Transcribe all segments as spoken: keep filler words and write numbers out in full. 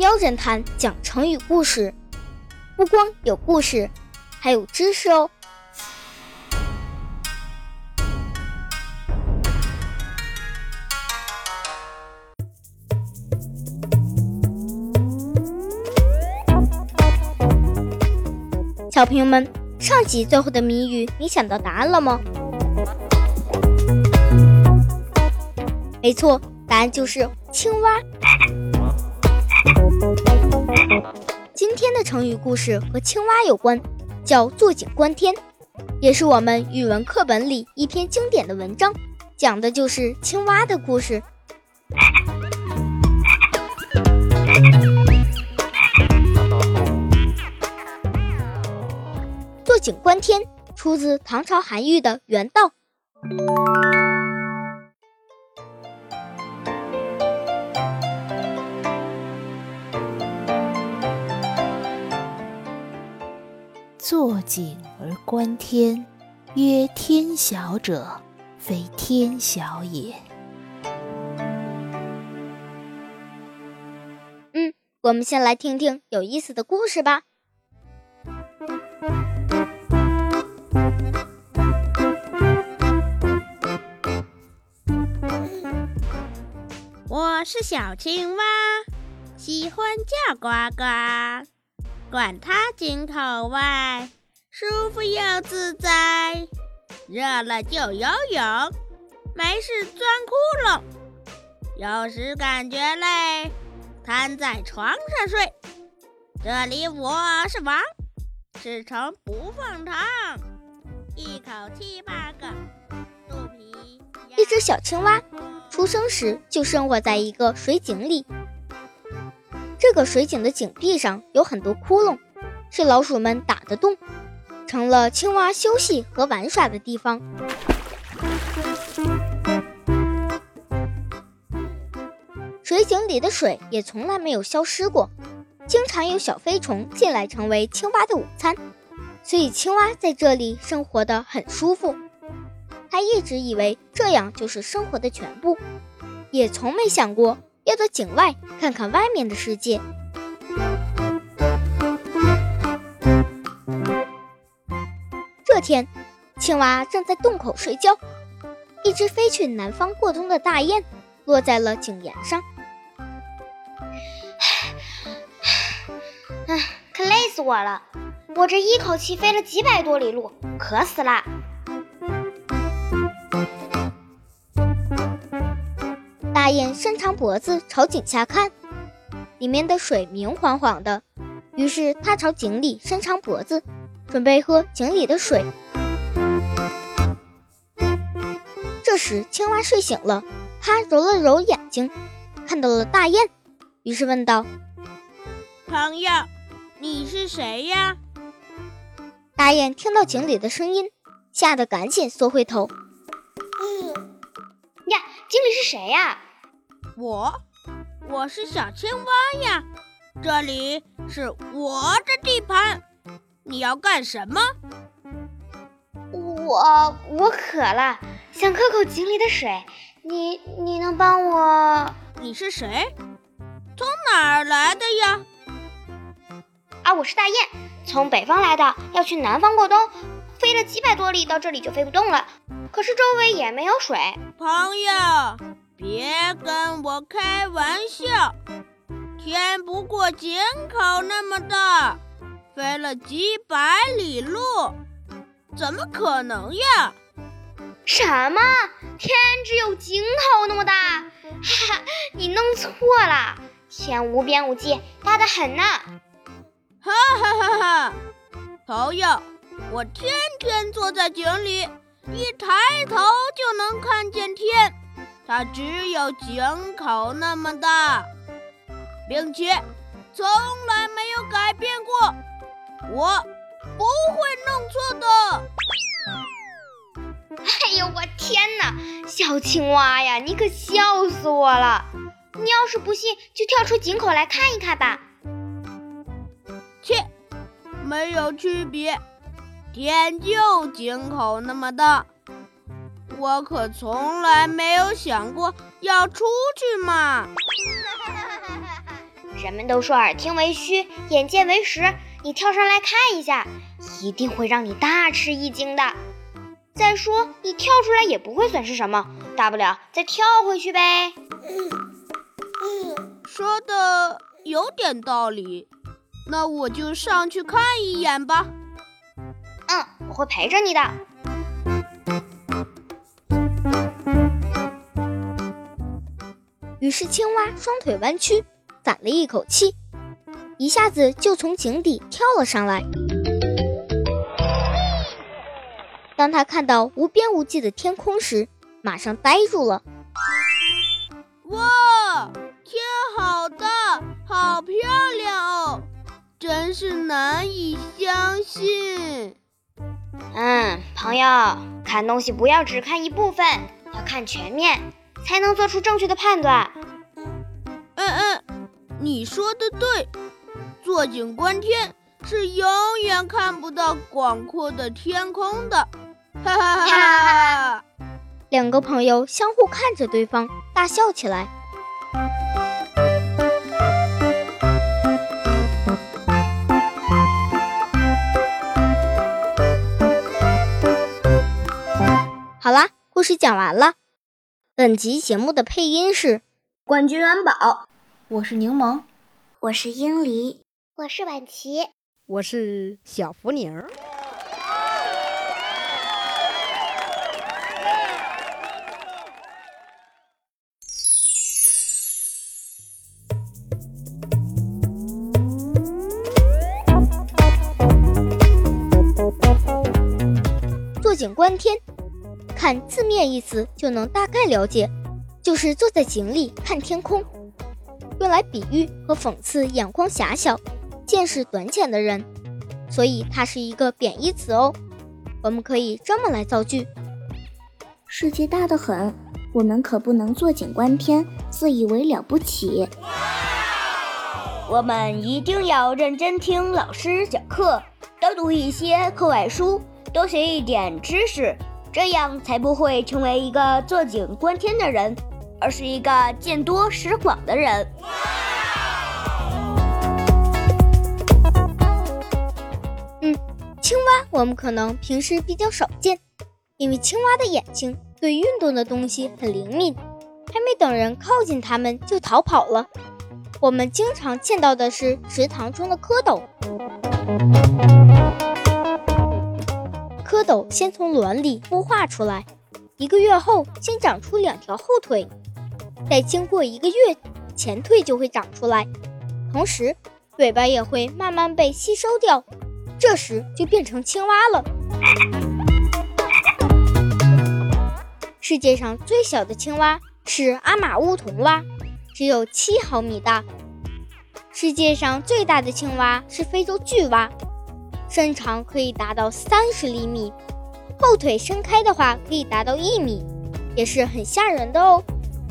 喵侦探讲成语故事，不光有故事，还有知识哦。小朋友们，上集最后的谜语你想到答案了吗？没错，答案就是青蛙。今天的成语故事和青蛙有关，叫坐井观天，也是我们语文课本里一篇经典的文章，讲的就是青蛙的故事。坐井观天出自唐朝韩愈的《原道》。 坐井而观天，曰天小者，非天小也。 嗯，我们先来听听有意思的故事吧。 我是小青蛙，喜欢叫呱呱，管它井口外，舒服又自在。热了就游泳，没事钻窟窿，有时感觉累，瘫在床上睡。这里我是王，吃虫不放糖，一口七八个肚皮。 一只小青蛙出生时就生活在一个水井里，这个水井的井壁上有很多窟窿，是老鼠们打的洞，成了青蛙休息和玩耍的地方。水井里的水也从来没有消失过，经常有小飞虫进来成为青蛙的午餐，所以青蛙在这里生活得很舒服。他一直以为这样就是生活的全部，也从没想过要到井外看看外面的世界。这天，青蛙正在洞口睡觉，一只飞去南方过冬的大雁落在了井沿上。 唉，可累死我了，我这一口气飞了几百多里路，渴死了。 大雁伸长脖子朝井下看，里面的水明晃晃的，于是它朝井里伸长脖子，准备喝井里的水。这时青蛙睡醒了，它揉了揉眼睛，看到了大雁，于是问道： 朋友，你是谁呀？ 大雁听到井里的声音，吓得赶紧缩回头。 嗯呀，井里是谁呀？ 我，我是小青蛙呀，这里是我的地盘，你要干什么？ 我我渴了，想喝口井里的水，你你能帮我？ 你是谁？从哪儿来的呀？ 啊，我是大雁，从北方来的，要去南方过冬，飞了几百多里，到这里就飞不动了，可是周围也没有水。 朋友，别跟我开玩笑，天不过井口那么大，飞了几百里路，怎么可能呀？ 什么？天只有井口那么大？哈哈，你弄错了，天无边无际，大得很呢。 哈哈哈哈！朋友，我天天坐在井里，一抬头就能看见天，它只有井口那么大，并且从来没有改变过，我不会弄错的。 哎呦，我天哪，小青蛙呀，你可笑死我了！你要是不信，就跳出井口来看一看吧。 切，没有区别，天就井口那么大，我可从来没有想过要出去嘛。 人们都说耳听为虚，眼见为实，你跳上来看一下，一定会让你大吃一惊的。再说你跳出来也不会损失什么，大不了再跳回去呗。 说的有点道理，那我就上去看一眼吧。 嗯，我会陪着你的。 于是青蛙双腿弯曲，攒了一口气，一下子就从井底跳了上来。当他看到无边无际的天空时，马上呆住了。 哇，天好大，好漂亮哦，真是难以相信。 嗯，朋友，看东西不要只看一部分，要看全面，才能做出正确的判断。 嗯嗯，你说的对，坐井观天是永远看不到广阔的天空的。哈哈哈哈！ 两个朋友相互看着对方，大笑起来。好啦，故事讲完了。本集节目的配音是冠军元宝， 我是柠檬， 我是英梨， 我是婉琪， 我是小福宁。 坐井观天，看字面意思就能大概了解，就是坐在井里看天空，用来比喻和讽刺眼光狭小、见识短浅的人，所以它是一个贬义词哦。我们可以这么来造句： 世界大得很，我们可不能坐井观天，自以为了不起。 我们一定要认真听老师讲课，多读一些课外书，多学一点知识，这样才不会成为一个坐井观天的人，而是一个见多识广的人。 嗯，青蛙我们可能平时比较少见，因为青蛙的眼睛对运动的东西很灵敏，还没等人靠近它们就逃跑了。我们经常见到的是池塘中的蝌蚪，蝌蚪先从卵里孵化出来，一个月后先长出两条后腿，再经过一个月，前腿就会长出来，同时尾巴也会慢慢被吸收掉，这时就变成青蛙了。世界上最小的青蛙是阿马乌童蛙，只有七毫米大。世界上最大的青蛙是非洲巨蛙，身长可以达到三十厘米，后腿伸开的话可以达到一米，也是很吓人的哦。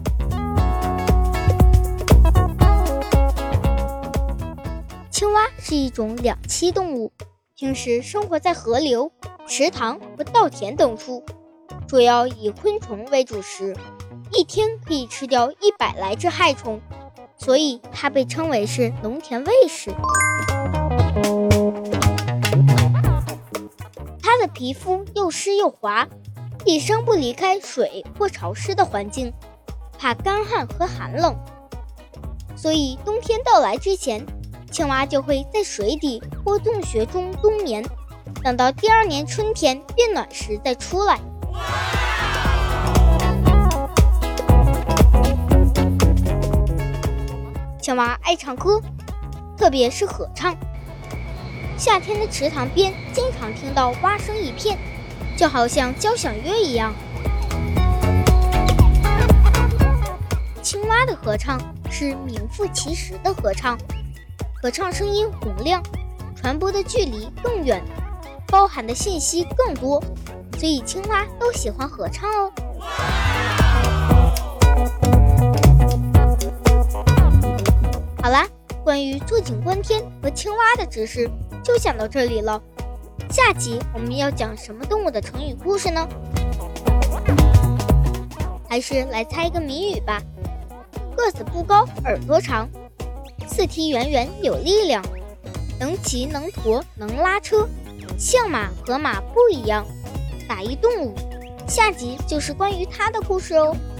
青蛙是一种两栖动物，平时生活在河流、池塘和稻田等处，主要以昆虫为主食，一天可以吃掉一百来只害虫，所以它被称为是农田卫士。它的皮肤又湿又滑，一生不离开水或潮湿的环境，怕干旱和寒冷，所以冬天到来之前，青蛙就会在水底或洞穴中冬眠，等到第二年春天变暖时再出来。青蛙爱唱歌，特别是合唱。夏天的池塘边经常听到蛙声一片，就好像交响乐一样。青蛙的合唱是名副其实的合唱，合唱声音洪亮，传播的距离更远，包含的信息更多，所以青蛙都喜欢合唱哦。好啦，关于坐井观天和青蛙的知识就讲到这里了。下集我们要讲什么动物的成语故事呢？还是来猜一个谜语吧。个子不高，耳朵长， 四蹄圆圆有力量，能骑能驮能拉车，象马和马不一样，打一动物。下集就是关于它的故事哦。